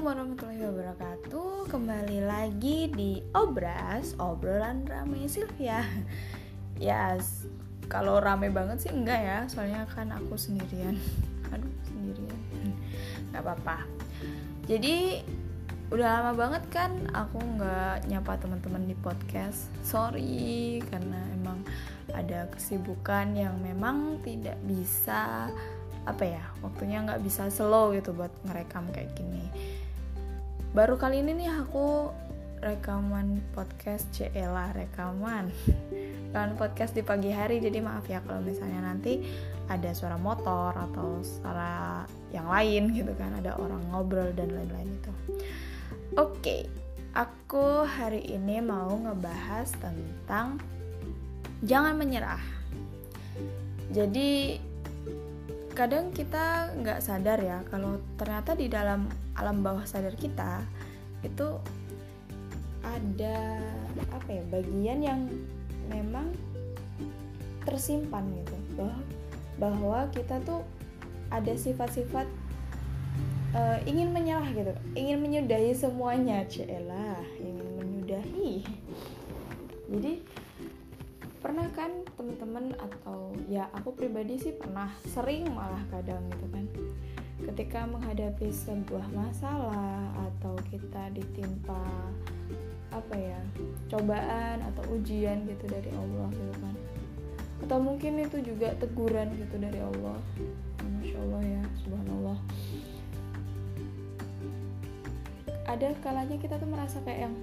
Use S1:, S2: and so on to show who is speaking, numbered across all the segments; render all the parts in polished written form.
S1: Assalamualaikum warahmatullahi wabarakatuh. Kembali lagi di Obras, obrolan rame Sylvia. Kalau rame banget sih enggak ya, soalnya kan aku sendirian. Sendirian. Gak apa-apa. Jadi udah lama banget kan aku nggak nyapa teman-teman di podcast. Sorry karena emang ada kesibukan yang memang tidak bisa waktunya nggak bisa slow gitu buat ngerekam kayak gini. Baru kali ini nih aku rekaman podcast rekaman podcast di pagi hari. Jadi maaf ya kalau misalnya nanti ada suara motor atau suara yang lain gitu kan, ada orang ngobrol dan lain-lain itu. Oke, aku hari ini mau ngebahas tentang jangan menyerah. Jadi kadang kita nggak sadar ya kalau ternyata di dalam alam bawah sadar kita itu ada bagian yang memang tersimpan gitu, bahwa kita tuh ada sifat-sifat ingin menyerah gitu, ingin menyudahi semuanya, ingin menyudahi. Jadi pernah kan teman-teman, atau ya aku pribadi sih pernah, sering malah kadang gitu kan, ketika menghadapi sebuah masalah atau kita ditimpa cobaan atau ujian gitu dari Allah gitu kan, atau mungkin itu juga teguran gitu dari Allah. Masya Allah ya, subhanallah. Ada kalanya kita tuh merasa kayak yang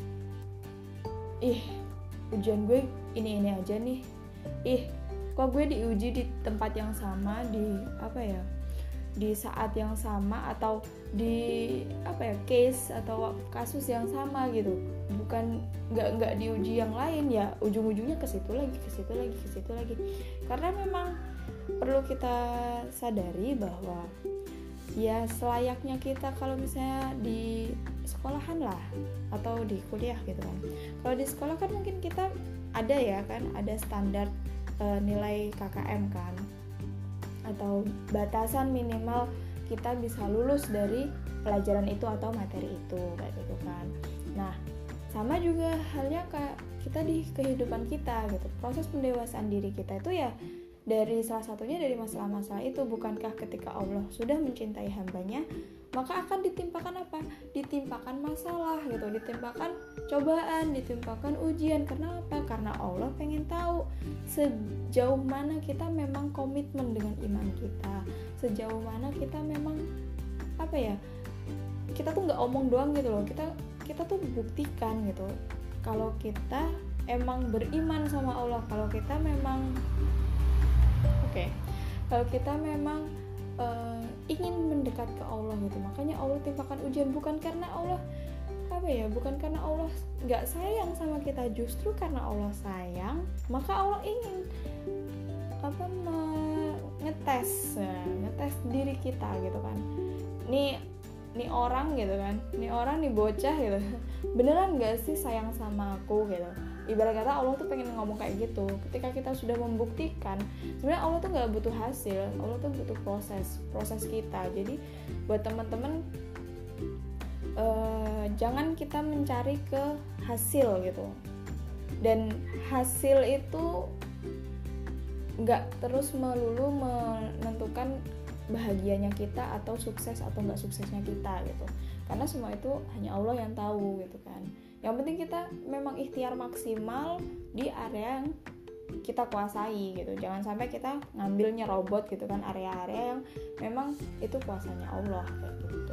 S1: ujian gue ini aja nih, kok gue diuji di tempat yang sama, di saat yang sama, atau di case atau kasus yang sama gitu, bukan nggak diuji yang lain, ya ujung-ujungnya ke situ lagi. Karena memang perlu kita sadari bahwa ya selayaknya kita kalau misalnya di sekolahan lah atau di kuliah gitu kan. Kalau di sekolah kan mungkin kita ada standar nilai KKM kan, atau batasan minimal kita bisa lulus dari pelajaran itu atau materi itu kayak gitu kan. Nah, sama juga halnya kayak kita di kehidupan kita gitu. Proses pendewasaan diri kita itu ya dari salah satunya dari masalah-masalah itu. Bukankah ketika Allah sudah mencintai hambanya, maka akan ditimpakan ditimpakan masalah gitu, ditimpakan cobaan, ditimpakan ujian. Karena karena Allah pengen tahu sejauh mana kita memang komitmen dengan iman kita, sejauh mana kita memang kita tuh nggak omong doang gitu loh, kita tuh buktikan gitu kalau kita emang beriman sama Allah, kalau kita memang ingin mendekat ke Allah gitu. Makanya Allah timpakan ujian bukan karena Allah nggak sayang sama kita, justru karena Allah sayang maka Allah ingin ngetes diri kita gitu kan. Nih orang gitu kan, nih bocah gitu, beneran nggak sih sayang sama aku gitu. Ibarat kata Allah tuh pengen ngomong kayak gitu. Ketika kita sudah membuktikan, sebenarnya Allah tuh nggak butuh hasil, Allah tuh butuh proses kita. Jadi buat teman-teman, jangan kita mencari ke hasil gitu, dan hasil itu nggak terus melulu menentukan bahagianya kita atau sukses atau nggak suksesnya kita gitu. Karena semua itu hanya Allah yang tahu gitu kan. Yang penting kita memang ikhtiar maksimal di area yang kita kuasai gitu. Jangan sampai kita ngambilnya robot gitu kan, area-area yang memang itu kuasanya Allah kayak gitu.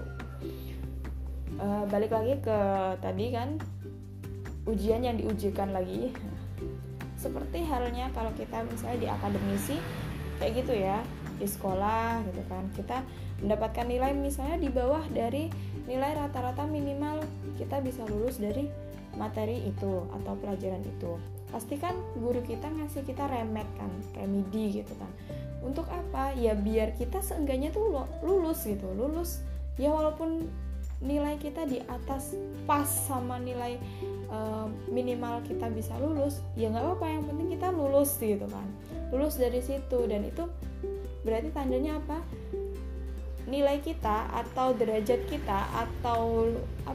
S1: Balik lagi ke tadi kan, ujian yang diujikan lagi. Seperti halnya kalau kita misalnya di akademisi kayak gitu ya, di sekolah gitu kan, kita mendapatkan nilai misalnya di bawah dari nilai rata-rata minimal kita bisa lulus dari materi itu atau pelajaran itu. Pastikan guru kita ngasih kita remedi gitu kan. Untuk apa? Ya biar kita seenggaknya tuh lulus ya, walaupun nilai kita di atas pas sama nilai minimal kita bisa lulus, ya nggak apa-apa, yang penting kita lulus gitu kan, lulus dari situ. Dan itu berarti tandanya apa? nilai kita atau derajat kita atau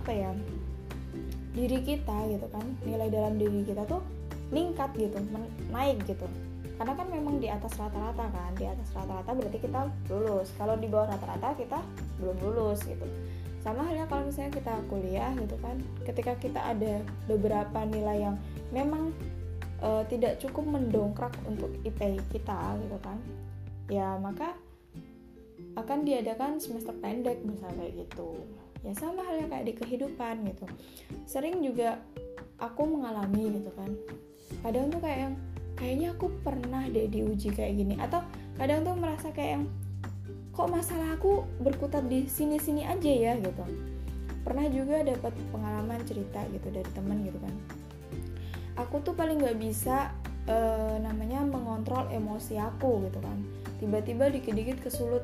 S1: diri kita gitu kan, nilai dalam diri kita tuh meningkat gitu, naik gitu. Karena kan memang di atas rata-rata kan, di atas rata-rata berarti kita lulus. Kalau di bawah rata-rata kita belum lulus gitu. Sama halnya kalau misalnya kita kuliah gitu kan, ketika kita ada beberapa nilai yang memang tidak cukup mendongkrak untuk IP kita gitu kan, ya maka akan diadakan semester pendek misalnya kayak gitu. Ya sama halnya kayak di kehidupan gitu. Sering juga aku mengalami gitu kan, kadang tuh kayak yang kayaknya aku pernah deh diuji kayak gini, atau kadang tuh merasa kayak yang kok masalah aku berkutat di sini-sini aja ya gitu. Pernah juga dapat pengalaman cerita gitu dari teman gitu kan, aku tuh paling nggak bisa mengontrol emosi aku gitu kan. Tiba-tiba dikit-dikit kesulut,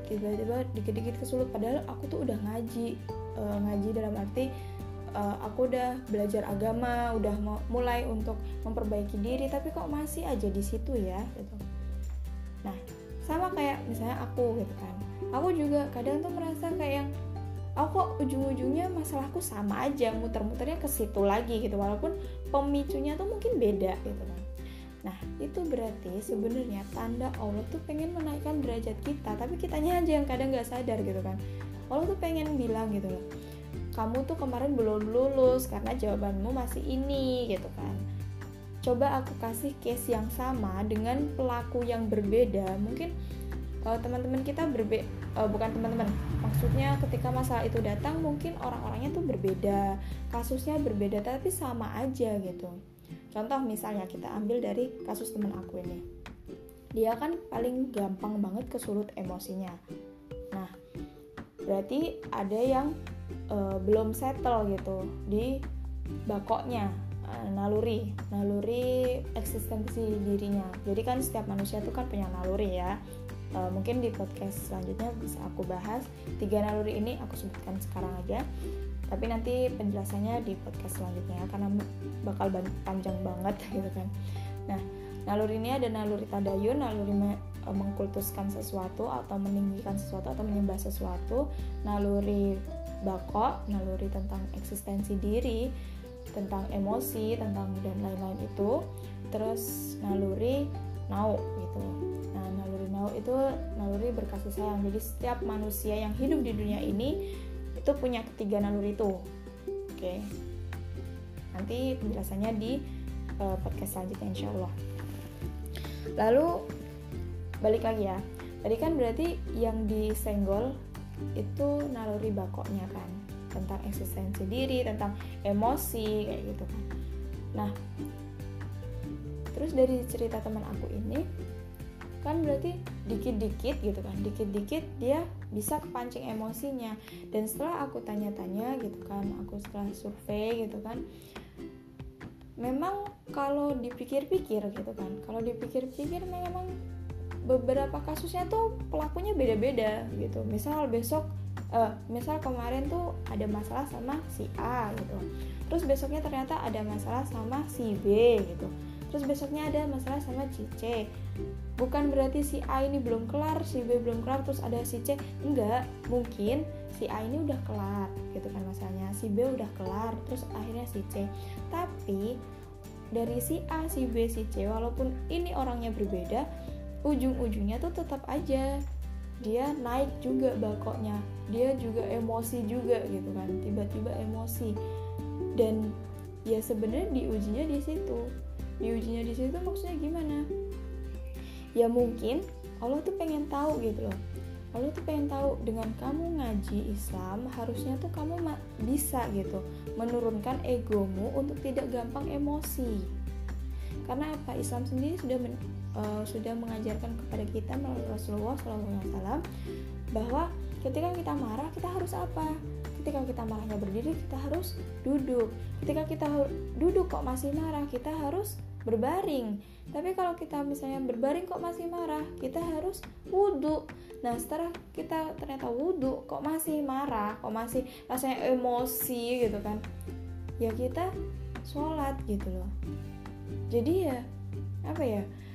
S1: padahal aku tuh udah ngaji dalam arti aku udah belajar agama, udah mulai untuk memperbaiki diri, tapi kok masih aja di situ ya gitu. Nah, sama kayak misalnya aku gitu kan, aku juga kadang tuh merasa kayak yang aku kok ujung-ujungnya masalahku sama aja, muter-muternya ke situ lagi gitu, walaupun pemicunya tuh mungkin beda gitu kan. Nah, itu berarti sebenarnya tanda Allah tuh pengen menaikkan derajat kita, tapi kitanya aja yang kadang nggak sadar gitu kan. Allah tuh pengen bilang gitu loh, kamu tuh kemarin belum lulus karena jawabanmu masih ini gitu kan. Coba aku kasih case yang sama dengan pelaku yang berbeda. Mungkin teman-teman kita bukan teman-teman, maksudnya ketika masalah itu datang mungkin orang-orangnya tuh berbeda, kasusnya berbeda, tapi sama aja gitu. Contoh misalnya kita ambil dari kasus teman aku ini, dia kan paling gampang banget kesulut emosinya. Nah, berarti ada yang belum settle gitu di bakoknya, naluri eksistensi dirinya. Jadi kan setiap manusia tuh kan punya naluri ya. Mungkin di podcast selanjutnya bisa aku bahas 3 naluri ini, aku sebutkan sekarang aja, tapi nanti penjelasannya di podcast selanjutnya karena bakal panjang banget gitu kan. Nah, naluri ini ada naluri tadayun, naluri mengkultuskan sesuatu atau meninggikan sesuatu atau menyembah sesuatu, naluri bako, naluri tentang eksistensi diri, tentang emosi, tentang dan lain-lain itu. Terus naluri nau gitu. Nah, naluri nau itu naluri berkasih sayang. Jadi setiap manusia yang hidup di dunia ini itu punya ketiga naluri itu. Oke. Nanti penjelasannya di podcast selanjutnya insyaallah. Lalu balik lagi ya. Tadi kan berarti yang disenggol itu naluri bakoknya kan, tentang eksistensi diri, tentang emosi kayak gitu kan. Nah, terus dari cerita teman aku ini kan berarti dikit-dikit gitu kan, dikit-dikit dia bisa kepancing emosinya. Dan setelah aku tanya-tanya gitu kan, aku setelah survei gitu kan, memang kalau dipikir-pikir gitu kan, memang beberapa kasusnya tuh pelakunya beda-beda gitu. Misal kemarin tuh ada masalah sama si A gitu, terus besoknya ternyata ada masalah sama si B gitu, terus besoknya ada masalah sama si C. Bukan berarti si A ini belum kelar, si B belum kelar, terus ada si C. Enggak, mungkin si A ini udah kelar gitu kan masalahnya, si B udah kelar, terus akhirnya si C. Tapi dari si A, si B, si C, walaupun ini orangnya berbeda, ujung-ujungnya tuh tetap aja dia naik juga bakoknya, dia juga emosi juga gitu kan, tiba-tiba emosi. Dan ya sebenarnya diujinya di situ maksudnya gimana? Ya mungkin Allah tuh pengen tahu gitu loh. Allah tuh pengen tahu dengan kamu ngaji Islam harusnya tuh kamu bisa gitu menurunkan egomu untuk tidak gampang emosi. Karena apa? Islam sendiri sudah mengajarkan kepada kita melalui Rasulullah SAW bahwa ketika kita marah kita harus apa? Ketika kita marahnya berdiri kita harus duduk. Ketika kita duduk kok masih marah kita harus berbaring. Tapi kalau kita misalnya berbaring kok masih marah kita harus wudhu. Nah setelah kita ternyata wudhu kok masih marah, kok masih rasanya emosi gitu kan, ya kita sholat gitu loh. Jadi ya apa ya,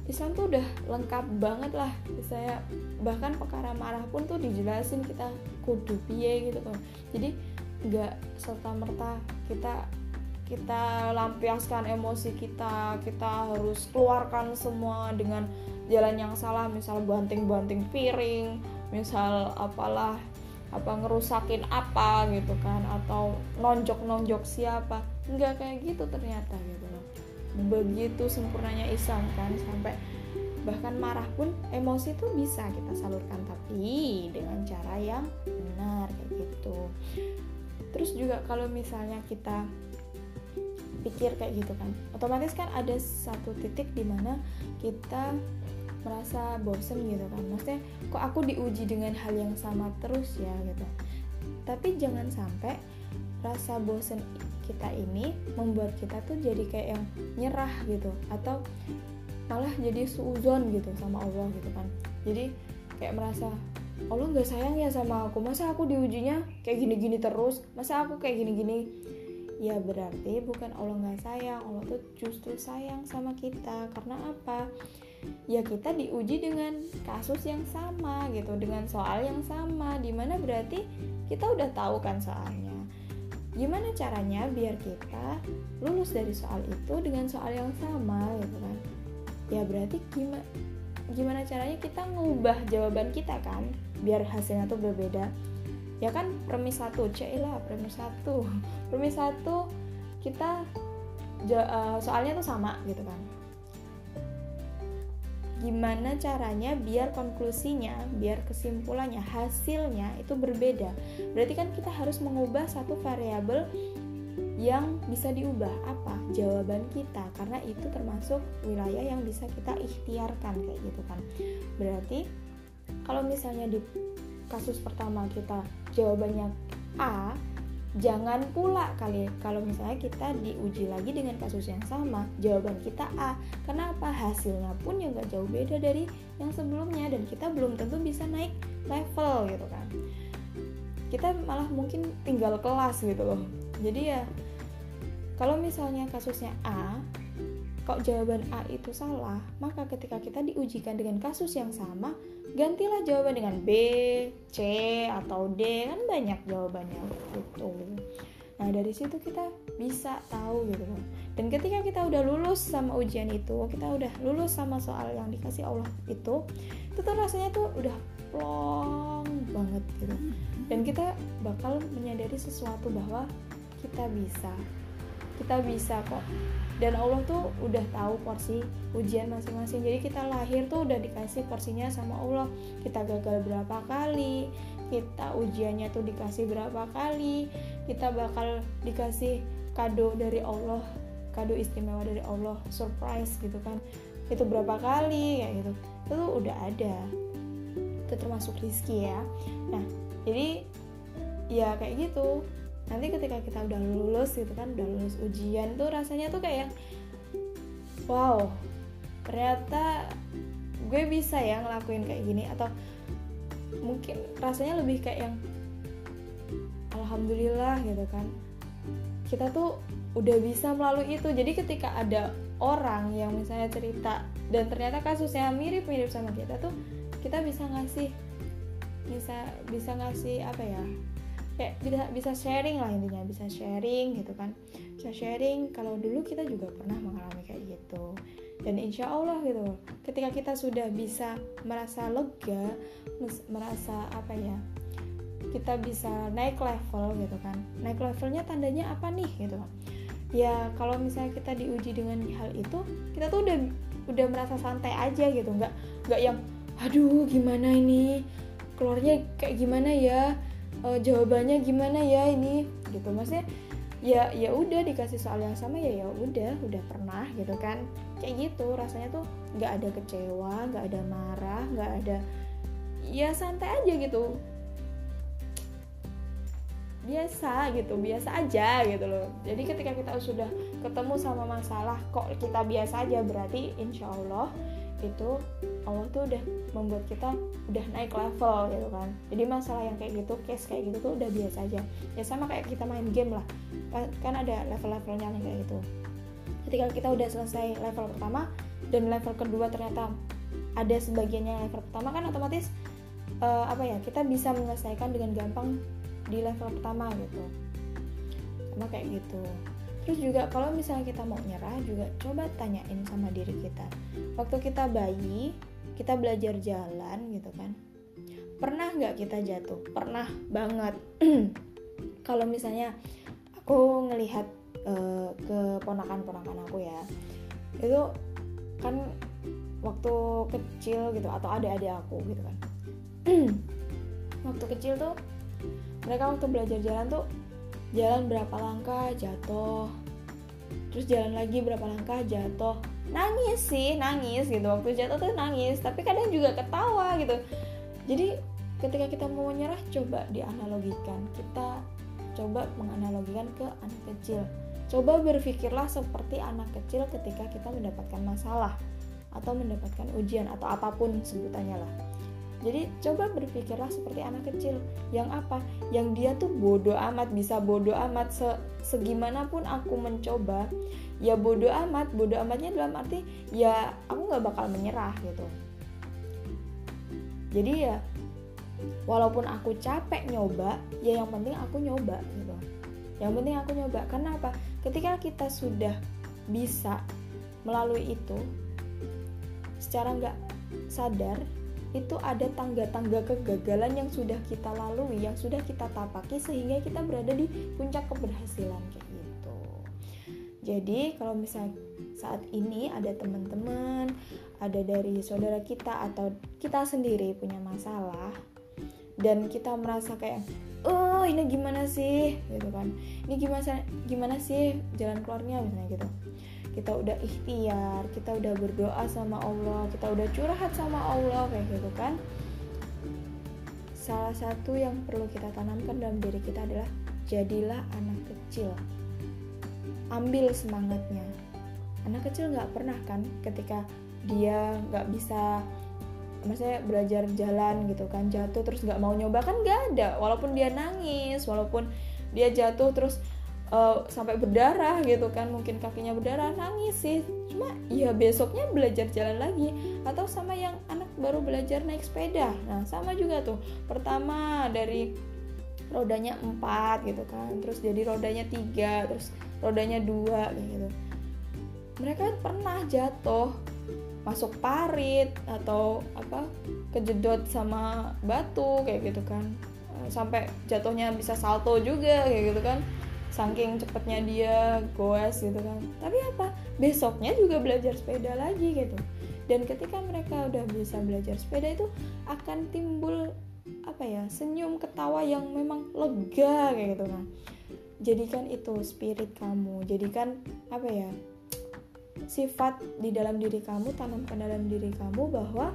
S1: Islam tuh udah lengkap banget lah. Saya bahkan perkara marah pun tuh dijelasin kita kudu piye gitu kan. Jadi nggak serta merta kita lampiaskan emosi kita harus keluarkan semua dengan jalan yang salah, misal banting-banting piring, misal apalah ngerusakin apa gitu kan, atau nonjok siapa. Enggak kayak gitu ternyata gitu loh. Begitu sempurnanya Islam kan, sampai bahkan marah pun emosi tuh bisa kita salurkan, tapi dengan cara yang benar kayak gitu. Terus juga kalau misalnya kita pikir kayak gitu kan, otomatis kan ada satu titik di mana kita merasa bosen gitu kan, maksudnya kok aku diuji dengan hal yang sama terus ya gitu. Tapi jangan sampai rasa bosen kita ini membuat kita tuh jadi kayak yang nyerah gitu, atau malah jadi suudzon gitu sama Allah gitu kan. Jadi kayak merasa Allah nggak sayang ya sama aku, masa aku diujinya kayak gini-gini terus, masa aku kayak gini-gini. Ya berarti bukan Allah nggak sayang, Allah tuh justru sayang sama kita. Karena apa? Ya kita diuji dengan kasus yang sama gitu, dengan soal yang sama, dimana berarti kita udah tahu kan soalnya. Gimana caranya biar kita lulus dari soal itu dengan soal yang sama gitu kan? Ya berarti gimana caranya kita ngubah jawaban kita kan, biar hasilnya tuh berbeda. Ya kan premis 1, premis 1 kita soalnya tuh sama gitu kan. Gimana caranya biar konklusinya, biar kesimpulannya, hasilnya itu berbeda. Berarti kan kita harus mengubah satu variabel yang bisa diubah, apa? Jawaban kita, karena itu termasuk wilayah yang bisa kita ikhtiarkan kayak gitu kan. Berarti kalau misalnya di kasus pertama kita jawabannya A, jangan pula kalau misalnya kita diuji lagi dengan kasus yang sama jawaban kita A. Kenapa? Hasilnya pun ya gak jauh beda dari yang sebelumnya, dan kita belum tentu bisa naik level gitu kan. Kita malah mungkin tinggal kelas gitu loh. Jadi ya kalau misalnya kasusnya A, kok jawaban A itu salah, maka ketika kita diujikan dengan kasus yang sama, gantilah jawaban dengan B, C, atau D, kan banyak jawabannya gitu. Nah dari situ kita bisa tahu gitu loh. Dan ketika kita udah lulus sama ujian itu, kita udah lulus sama soal yang dikasih Allah itu tuh rasanya tuh udah plong banget gitu. Dan kita bakal menyadari sesuatu bahwa kita bisa kok. Dan Allah tuh udah tahu porsi ujian masing-masing. Jadi kita lahir tuh udah dikasih porsinya sama Allah. Kita gagal berapa kali, kita ujiannya tuh dikasih berapa kali, kita bakal dikasih kado dari Allah, kado istimewa dari Allah, surprise gitu kan. Itu berapa kali kayak gitu. Itu tuh udah ada. Itu termasuk rezeki ya. Nah, jadi ya kayak gitu. Nanti ketika kita udah lulus gitu kan, udah lulus ujian tuh rasanya tuh kayak wow, ternyata gue bisa ya ngelakuin kayak gini. Atau mungkin rasanya lebih kayak yang alhamdulillah gitu kan, kita tuh udah bisa melalui itu. Jadi ketika ada orang yang misalnya cerita dan ternyata kasusnya mirip-mirip sama kita tuh, kita bisa ngasih apa ya, kayak bisa sharing lah intinya, bisa sharing gitu kan, bisa sharing kalau dulu kita juga pernah mengalami kayak gitu. Dan insya Allah gitu, ketika kita sudah bisa merasa lega, merasa apa ya, kita bisa naik level gitu kan. Naik levelnya tandanya apa nih gitu kan. Ya kalau misalnya kita diuji dengan hal itu, kita tuh udah merasa santai aja gitu, nggak yang aduh gimana ini, keluarnya kayak gimana ya, jawabannya gimana ya ini gitu. Maksudnya ya udah dikasih soal yang sama ya udah pernah gitu kan, kayak gitu. Rasanya tuh nggak ada kecewa, nggak ada marah, nggak ada, ya santai aja gitu, biasa aja gitu loh. Jadi ketika kita sudah ketemu sama masalah kok kita biasa aja, berarti insya Allah itu Allah tuh udah membuat kita udah naik level gitu kan. Jadi masalah yang kayak gitu, case kayak gitu tuh udah biasa aja. Ya sama kayak kita main game lah, kan ada level-levelnya kayak gitu. ketika kita udah selesai level pertama dan level kedua ternyata ada sebagiannya level pertama, kan otomatis kita bisa menyelesaikan dengan gampang di level pertama gitu, sama kayak gitu. Terus juga kalau misalnya kita mau nyerah juga coba tanyain sama diri kita, waktu kita bayi, kita belajar jalan gitu kan, pernah nggak kita jatuh? Pernah banget. Kalau misalnya aku ngelihat ke ponakan-ponakan aku ya, itu kan waktu kecil gitu, atau adik-adik aku gitu kan. Waktu kecil tuh mereka waktu belajar jalan tuh jalan berapa langkah jatuh, terus jalan lagi berapa langkah jatuh, nangis gitu, waktu jatuh tuh nangis, tapi kadang juga ketawa gitu. Jadi ketika kita mau menyerah, coba dianalogikan, kita coba menganalogikan ke anak kecil. Coba berpikirlah seperti anak kecil ketika kita mendapatkan masalah atau mendapatkan ujian atau apapun sebutannya lah. Jadi coba berpikirlah seperti anak kecil yang apa? Yang dia tuh bodoh amat, bisa bodoh amat segimanapun aku mencoba, ya bodoh amat. Bodoh amatnya dalam arti ya aku nggak bakal menyerah gitu. Jadi ya walaupun aku capek nyoba, ya yang penting aku nyoba gitu. Yang penting aku nyoba. Karena apa? Ketika kita sudah bisa melalui itu, secara nggak sadar itu ada tangga-tangga kegagalan yang sudah kita lalui, yang sudah kita tapaki, sehingga kita berada di puncak keberhasilan kayak gitu. Jadi kalau misalnya saat ini ada teman-teman, ada dari saudara kita atau kita sendiri punya masalah dan kita merasa kayak ini gimana sih gitu kan, ini gimana sih jalan keluarnya misalnya gitu, kita udah ikhtiar, kita udah berdoa sama Allah, kita udah curhat sama Allah kayak gitu kan. Salah satu yang perlu kita tanamkan dalam diri kita adalah jadilah anak kecil, ambil semangatnya. Anak kecil nggak pernah kan ketika dia nggak bisa, maksudnya belajar jalan gitu kan, jatuh terus nggak mau nyoba, kan nggak ada. Walaupun dia nangis, walaupun dia jatuh terus sampai berdarah gitu kan, mungkin kakinya berdarah, nangis sih, cuma ya besoknya belajar jalan lagi. Atau sama yang anak baru belajar naik sepeda, nah sama juga tuh, pertama dari rodanya 4 gitu kan, terus jadi rodanya 3, terus rodanya 2 kayak gitu. Mereka pernah jatuh, masuk parit atau kejedot sama batu kayak gitu kan, sampai jatuhnya bisa salto juga kayak gitu kan, saking cepatnya dia goes gitu kan. Tapi besoknya juga belajar sepeda lagi gitu. Dan ketika mereka udah bisa belajar sepeda itu akan timbul senyum, ketawa yang memang lega kayak gitu kan. Jadikan itu spirit kamu, jadikan sifat di dalam diri kamu, tanamkan dalam diri kamu bahwa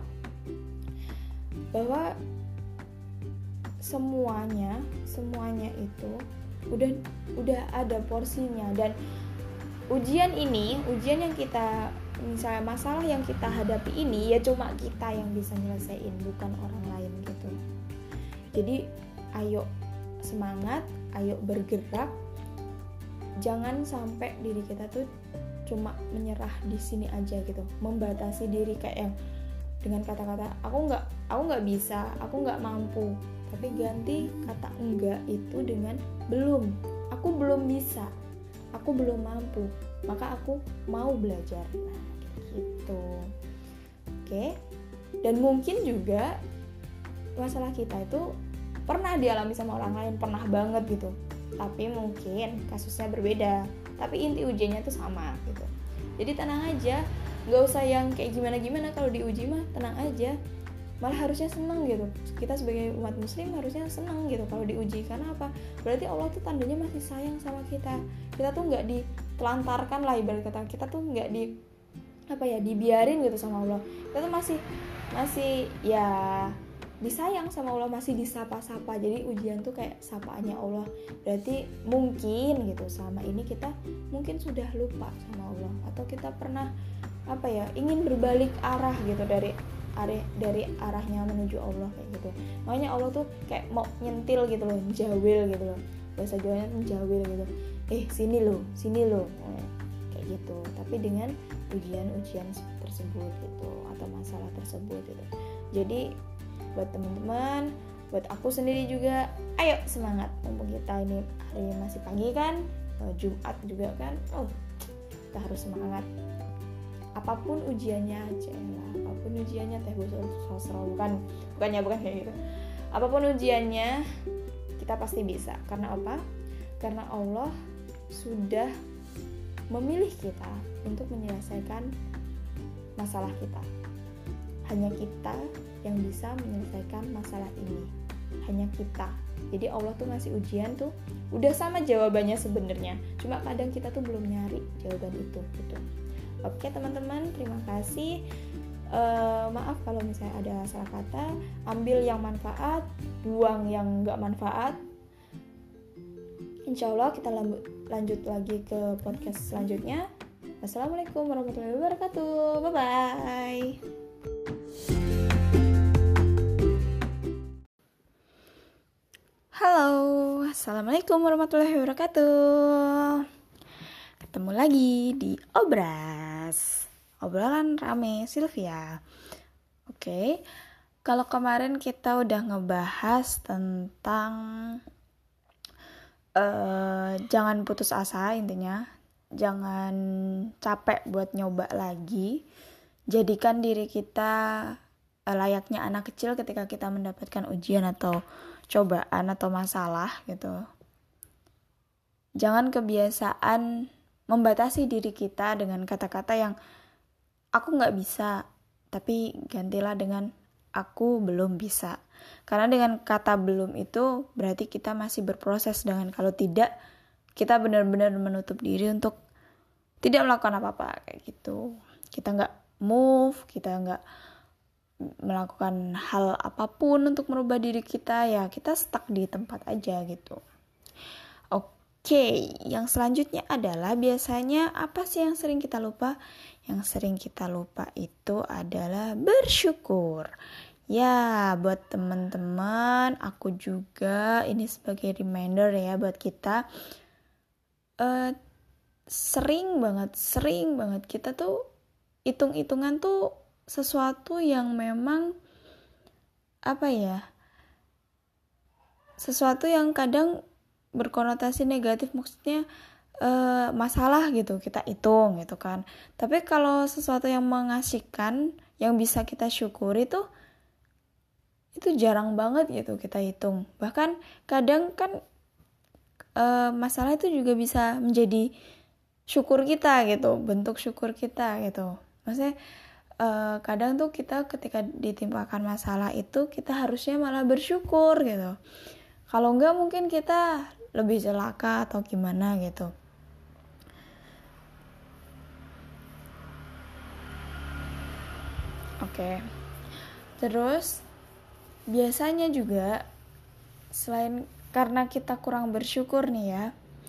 S1: semuanya itu udah ada porsinya. Dan ujian yang kita, misalnya masalah yang kita hadapi ini, ya cuma kita yang bisa nyelesain, bukan orang lain gitu. Jadi ayo semangat, ayo bergerak, jangan sampai diri kita tuh cuma menyerah di sini aja gitu, membatasi diri kayak yang dengan kata-kata aku nggak bisa, aku nggak mampu. Tapi ganti kata enggak itu dengan belum, aku belum bisa, aku belum mampu, maka aku mau belajar. Nah gitu. Oke. Dan mungkin juga masalah kita itu pernah dialami sama orang lain, pernah banget gitu, tapi mungkin kasusnya berbeda, tapi inti ujiannya itu sama gitu. Jadi tenang aja, nggak usah yang kayak gimana-gimana. Kalau diuji mah tenang aja, malah harusnya seneng gitu. Kita sebagai umat muslim harusnya seneng gitu kalau diuji. Karena apa? Berarti Allah tuh tandanya masih sayang sama kita. Kita tuh nggak ditelantarkan lah, ibarat kata, kita tuh nggak dibiarin gitu sama Allah. Kita tuh masih ya disayang sama Allah, masih disapa-sapa. Jadi ujian tuh kayak sapaannya Allah. Berarti mungkin gitu selama ini kita mungkin sudah lupa sama Allah, atau kita pernah ingin berbalik arah gitu dari arahnya menuju Allah kayak gitu. Makanya Allah tuh kayak mau nyentil gitu loh, jawil gitu loh, bahasa Jawanya tuh jawil gitu. Sini lo kayak kayak gitu, tapi dengan ujian-ujian tersebut gitu atau masalah tersebut gitu. Jadi buat teman-teman, buat aku sendiri juga, ayo semangat, mumpung kita ini hari masih pagi kan, Jumat juga kan, kita harus semangat. Apapun ujiannya aja lah, apapun ujiannya teh sosro bukan kayak gitu. Apapun ujiannya kita pasti bisa. Karena apa? Karena Allah sudah memilih kita untuk menyelesaikan masalah kita. Hanya kita yang bisa menyelesaikan masalah ini. Hanya kita. Jadi Allah tuh ngasih ujian tuh udah sama jawabannya sebenarnya. Cuma kadang kita tuh belum nyari jawaban itu gitu. Oke teman-teman, terima kasih. Maaf kalau misalnya ada salah kata. Ambil yang manfaat, buang yang nggak manfaat. Insya Allah kita lanjut lagi ke podcast selanjutnya. Wassalamualaikum warahmatullahi wabarakatuh. Bye-bye. Halo, assalamualaikum warahmatullahi wabarakatuh. Ketemu lagi di Obras, obrolan rame Sylvia. Oke, kalau kemarin kita udah ngebahas tentang jangan putus asa, intinya jangan capek buat nyoba lagi. Jadikan diri kita layaknya anak kecil ketika kita mendapatkan ujian atau cobaan atau masalah gitu. Jangan kebiasaan membatasi diri kita dengan kata-kata yang aku gak bisa, tapi gantilah dengan aku belum bisa. Karena dengan kata belum itu berarti kita masih berproses, dengan kalau tidak kita benar-benar menutup diri untuk tidak melakukan apa-apa kayak gitu. Kita gak move, kita gak melakukan hal apapun untuk merubah diri kita, ya kita stuck di tempat aja gitu. Oke, yang selanjutnya adalah biasanya apa sih yang sering kita lupa? Yang sering kita lupa itu adalah bersyukur. Ya, buat teman-teman, aku juga ini sebagai reminder ya buat kita. Sering banget kita tuh hitung-hitungan tuh sesuatu yang memang sesuatu yang kadang berkonotasi negatif, maksudnya masalah gitu kita hitung gitu kan. Tapi kalau sesuatu yang mengasihkan yang bisa kita syukuri tuh itu jarang banget gitu kita hitung. Bahkan kadang kan masalah itu juga bisa menjadi syukur kita gitu, bentuk syukur kita gitu. Maksudnya kadang tuh kita ketika ditimpakan masalah itu kita harusnya malah bersyukur gitu. Kalau enggak mungkin kita lebih celaka atau gimana gitu. Oke. Terus biasanya juga selain karena kita kurang bersyukur nih ya.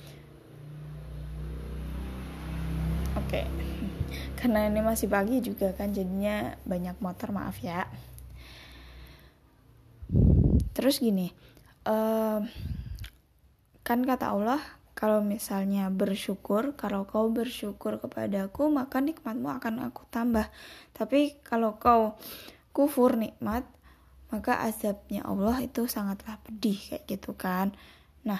S1: Oke. Karena ini masih pagi juga kan, jadinya banyak motor, maaf ya. Terus gini, kan kata Allah, kalau misalnya bersyukur, kalau kau bersyukur kepadaku, maka nikmatmu akan aku tambah. Tapi kalau kau kufur nikmat, maka azabnya Allah itu sangatlah pedih kayak gitu kan. Nah,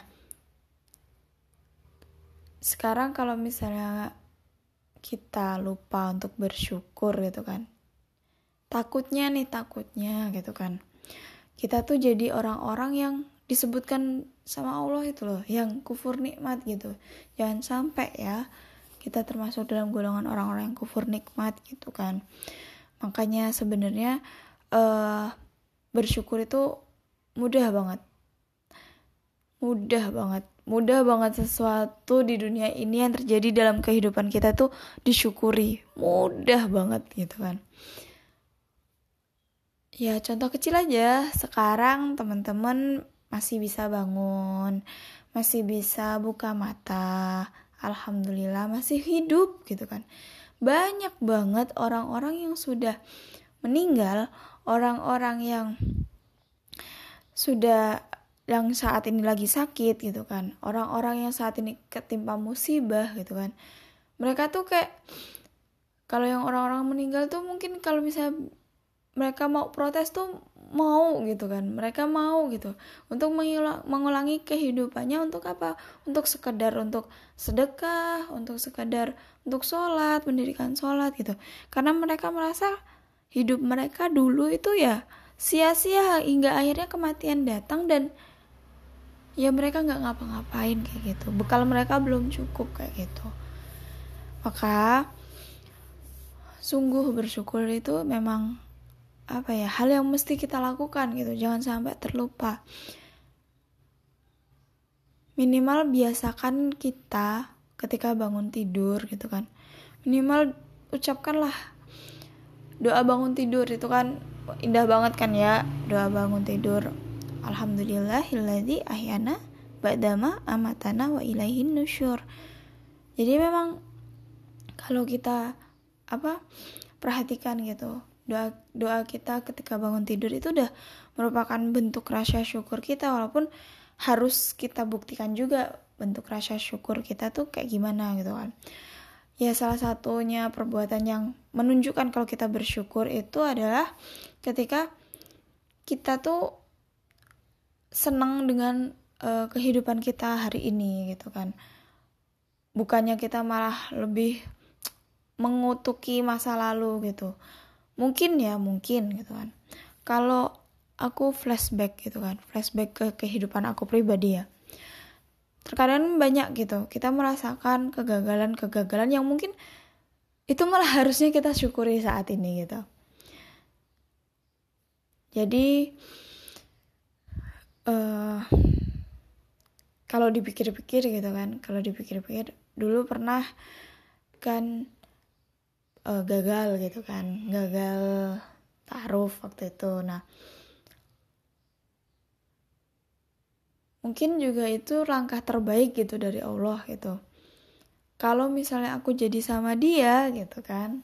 S1: sekarang kalau misalnya kita lupa untuk bersyukur gitu kan, takutnya gitu kan, kita tuh jadi orang-orang yang disebutkan sama Allah itu loh, yang kufur nikmat gitu. Jangan sampai ya kita termasuk dalam golongan orang-orang yang kufur nikmat gitu kan. Makanya sebenarnya bersyukur itu mudah banget sesuatu di dunia ini yang terjadi dalam kehidupan kita tuh disyukuri, mudah banget gitu kan. Ya contoh kecil aja, sekarang teman-teman masih bisa bangun, masih bisa buka mata, alhamdulillah masih hidup gitu kan. Banyak banget orang-orang yang sudah meninggal, orang-orang yang saat ini lagi sakit gitu kan, orang-orang yang saat ini ketimpa musibah gitu kan. Mereka tuh kayak, kalau yang orang-orang meninggal tuh mungkin kalau misalnya mereka mau protes tuh mau gitu kan, mereka mau gitu untuk mengulangi kehidupannya untuk apa, untuk sekedar untuk sedekah, untuk sekedar untuk sholat, mendirikan sholat gitu, karena mereka merasa hidup mereka dulu itu ya sia-sia hingga akhirnya kematian datang dan ya mereka nggak ngapa-ngapain kayak gitu, bekal mereka belum cukup kayak gitu. Maka sungguh bersyukur itu memang apa ya, hal yang mesti kita lakukan gitu, jangan sampai terlupa. Minimal biasakan kita ketika bangun tidur gitu kan, minimal ucapkanlah doa bangun tidur. Itu kan indah banget kan ya, doa bangun tidur, alhamdulillahilladzi ahyana ba'dama amatana wa ilaihin nusyur. Jadi memang kalau kita perhatikan gitu, doa kita ketika bangun tidur itu udah merupakan bentuk rasa syukur kita, walaupun harus kita buktikan juga bentuk rasa syukur kita tuh kayak gimana gitu kan. Ya salah satunya perbuatan yang menunjukkan kalau kita bersyukur itu adalah ketika kita tuh senang dengan kehidupan kita hari ini gitu kan. Bukannya kita malah lebih mengutuki masa lalu gitu. Mungkin gitu kan. Kalau aku flashback gitu kan, flashback ke kehidupan aku pribadi ya. Terkadang banyak gitu, kita merasakan kegagalan yang mungkin itu malah harusnya kita syukuri saat ini gitu. Jadi kalau dipikir-pikir gitu kan, dulu pernah kan gagal gitu kan, gagal ta'aruf waktu itu. Nah mungkin juga itu langkah terbaik gitu dari Allah gitu. Kalau misalnya aku jadi sama dia gitu kan,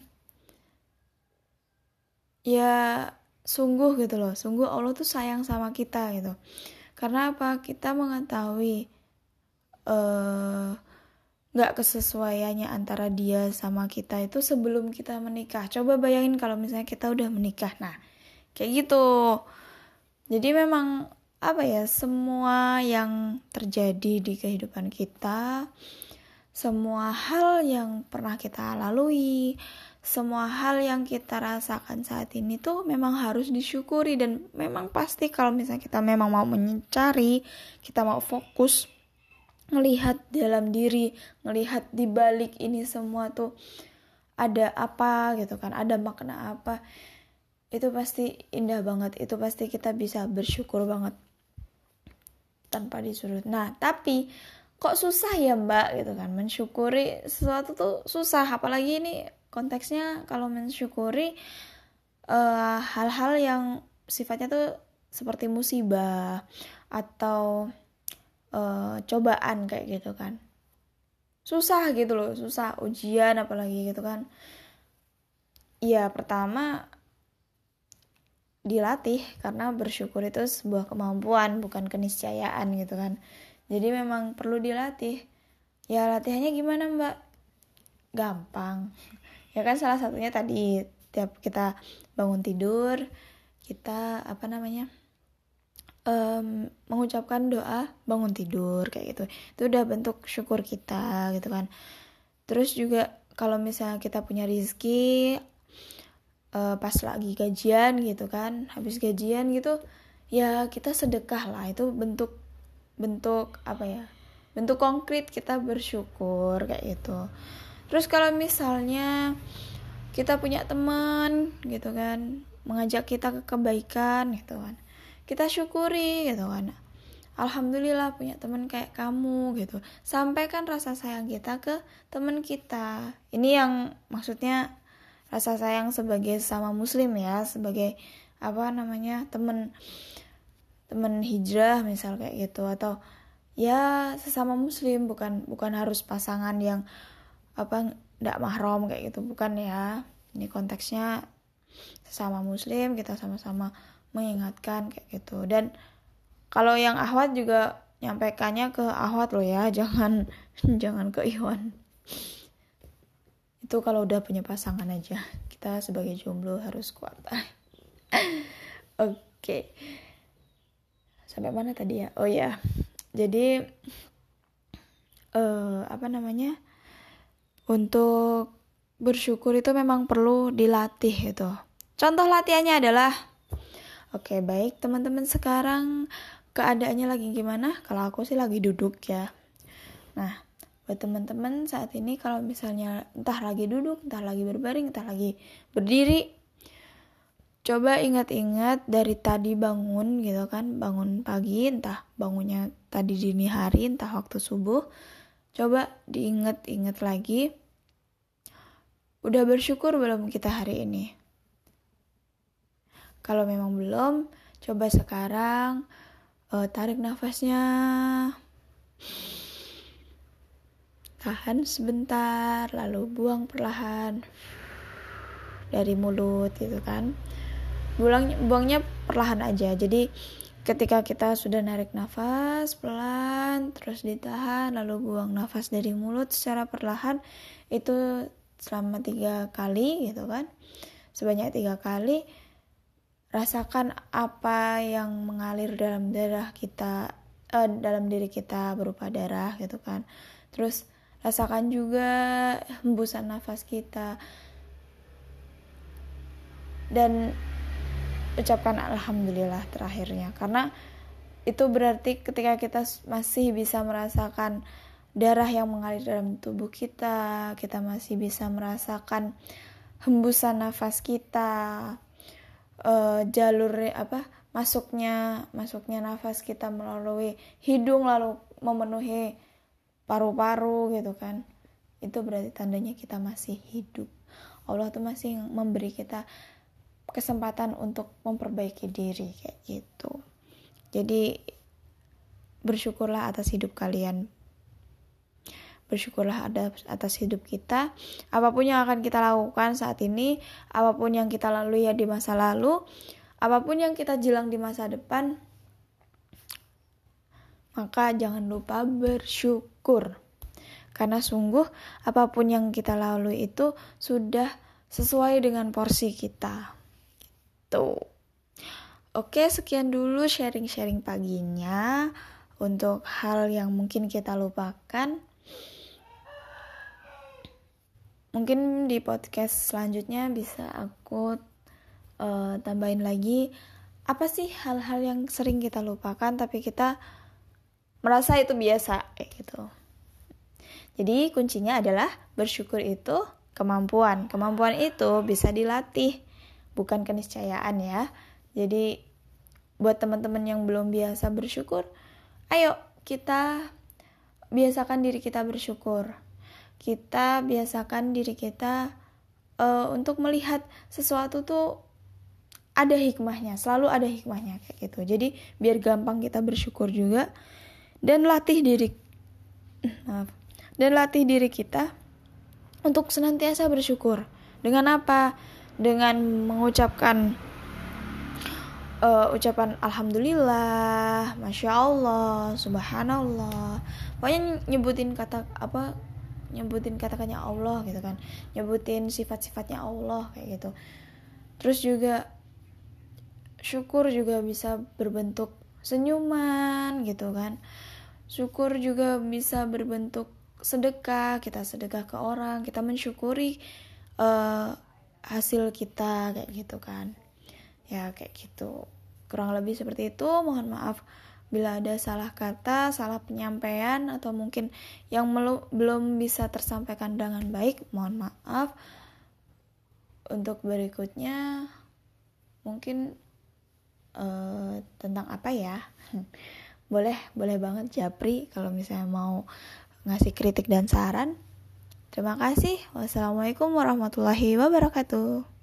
S1: ya sungguh gitu loh, sungguh Allah tuh sayang sama kita gitu. Karena apa? Kita mengetahui gak kesesuaiannya antara dia sama kita itu sebelum kita menikah. Coba bayangin kalau misalnya kita udah menikah. Nah kayak gitu. Jadi memang semua yang terjadi di kehidupan kita, semua hal yang pernah kita lalui, semua hal yang kita rasakan saat ini tuh memang harus disyukuri. Dan memang pasti kalau misalnya kita memang mau mencari, kita mau fokus ngelihat dalam diri, ngelihat di balik ini semua tuh ada apa gitu kan, ada makna apa, itu pasti indah banget, itu pasti kita bisa bersyukur banget tanpa disuruh. Nah tapi kok susah ya mbak gitu kan, mensyukuri sesuatu tuh susah, apalagi ini konteksnya kalau mensyukuri hal-hal yang sifatnya tuh seperti musibah atau cobaan kayak gitu kan, susah gitu loh, susah ujian apalagi gitu kan. Ya pertama dilatih, karena bersyukur itu sebuah kemampuan bukan keniscayaan gitu kan. Jadi memang perlu dilatih. Ya latihannya gimana mbak? Gampang ya kan, salah satunya tadi tiap kita bangun tidur kita mengucapkan doa bangun tidur kayak gitu, itu udah bentuk syukur kita gitu kan. Terus juga kalau misalnya kita punya rezeki pas lagi gajian gitu kan, habis gajian gitu ya kita sedekah lah, itu bentuk bentuk konkret kita bersyukur kayak gitu. Terus kalau misalnya kita punya teman gitu kan, mengajak kita ke kebaikan gitu kan, kita syukuri gitu kan, alhamdulillah punya teman kayak kamu gitu. Sampaikan rasa sayang kita ke teman kita. Ini yang maksudnya rasa sayang sebagai sesama muslim ya, sebagai teman hijrah misal kayak gitu, atau ya sesama muslim, bukan harus pasangan yang nggak mahram kayak gitu, bukan ya. Ini konteksnya sesama muslim, kita sama-sama mengingatkan kayak gitu. Dan kalau yang akhwat juga nyampaikannya ke akhwat loh ya, jangan ke ikhwan. Itu kalau udah punya pasangan aja. Kita sebagai jomblo harus kuat. Oke. Sampai mana tadi ya? Oh ya. Jadi untuk bersyukur itu memang perlu dilatih gitu. Contoh latihannya adalah, oke, baik teman-teman, sekarang keadaannya lagi gimana? Kalau aku sih lagi duduk ya. Nah, buat teman-teman saat ini kalau misalnya entah lagi duduk, entah lagi berbaring, entah lagi berdiri, coba ingat-ingat dari tadi bangun gitu kan, bangun pagi, entah bangunnya tadi dini hari, entah waktu subuh, coba diingat-ingat lagi, udah bersyukur belum kita hari ini? Kalau memang belum, coba sekarang tarik nafasnya, tahan sebentar, lalu buang perlahan dari mulut gitu kan. Buangnya perlahan aja. Jadi ketika kita sudah narik nafas pelan, terus ditahan, lalu buang nafas dari mulut secara perlahan, itu selama 3 kali gitu kan. Sebanyak 3 kali. Rasakan apa yang mengalir dalam darah kita, dalam diri kita berupa darah gitu kan. Terus rasakan juga hembusan nafas kita. Dan ucapkan alhamdulillah terakhirnya. Karena itu berarti ketika kita masih bisa merasakan darah yang mengalir dalam tubuh kita, kita masih bisa merasakan hembusan nafas kita, jalur masuknya nafas kita melalui hidung lalu memenuhi paru-paru gitu kan. Itu berarti tandanya kita masih hidup. Allah tuh masih memberi kita kesempatan untuk memperbaiki diri kayak gitu. Jadi bersyukurlah atas hidup kalian. Bersyukurlah atas hidup kita. Apapun yang akan kita lakukan saat ini, apapun yang kita lalui ya di masa lalu, apapun yang kita jelang di masa depan, maka jangan lupa bersyukur. Karena sungguh apapun yang kita lalui itu sudah sesuai dengan porsi kita. Gitu. Oke, sekian dulu sharing-sharing paginya untuk hal yang mungkin kita lupakan. Mungkin di podcast selanjutnya bisa aku tambahin lagi apa sih hal-hal yang sering kita lupakan tapi kita merasa itu biasa kayak gitu. Jadi kuncinya adalah bersyukur itu kemampuan. Kemampuan itu bisa dilatih, bukan keniscayaan ya. Jadi buat teman-teman yang belum biasa bersyukur, ayo kita biasakan diri kita bersyukur. Kita biasakan diri kita untuk melihat sesuatu tuh ada hikmahnya, selalu ada hikmahnya kayak gitu. Jadi biar gampang kita bersyukur juga dan latih diri kita untuk senantiasa bersyukur. Dengan apa? Dengan mengucapkan ucapan alhamdulillah, masya Allah, subhanallah. Pokoknya nyebutin kata-katanya Allah gitu kan, nyebutin sifat-sifatnya Allah kayak gitu. Terus juga syukur juga bisa berbentuk senyuman gitu kan. Syukur juga bisa berbentuk sedekah, kita sedekah ke orang, kita mensyukuri hasil kita kayak gitu kan. Ya kayak gitu, kurang lebih seperti itu. Mohon maaf bila ada salah kata, salah penyampaian, atau mungkin yang belum bisa tersampaikan dengan baik, mohon maaf. Untuk berikutnya mungkin tentang apa ya? boleh banget japri kalau misalnya mau ngasih kritik dan saran. Terima kasih. Wassalamualaikum warahmatullahi wabarakatuh.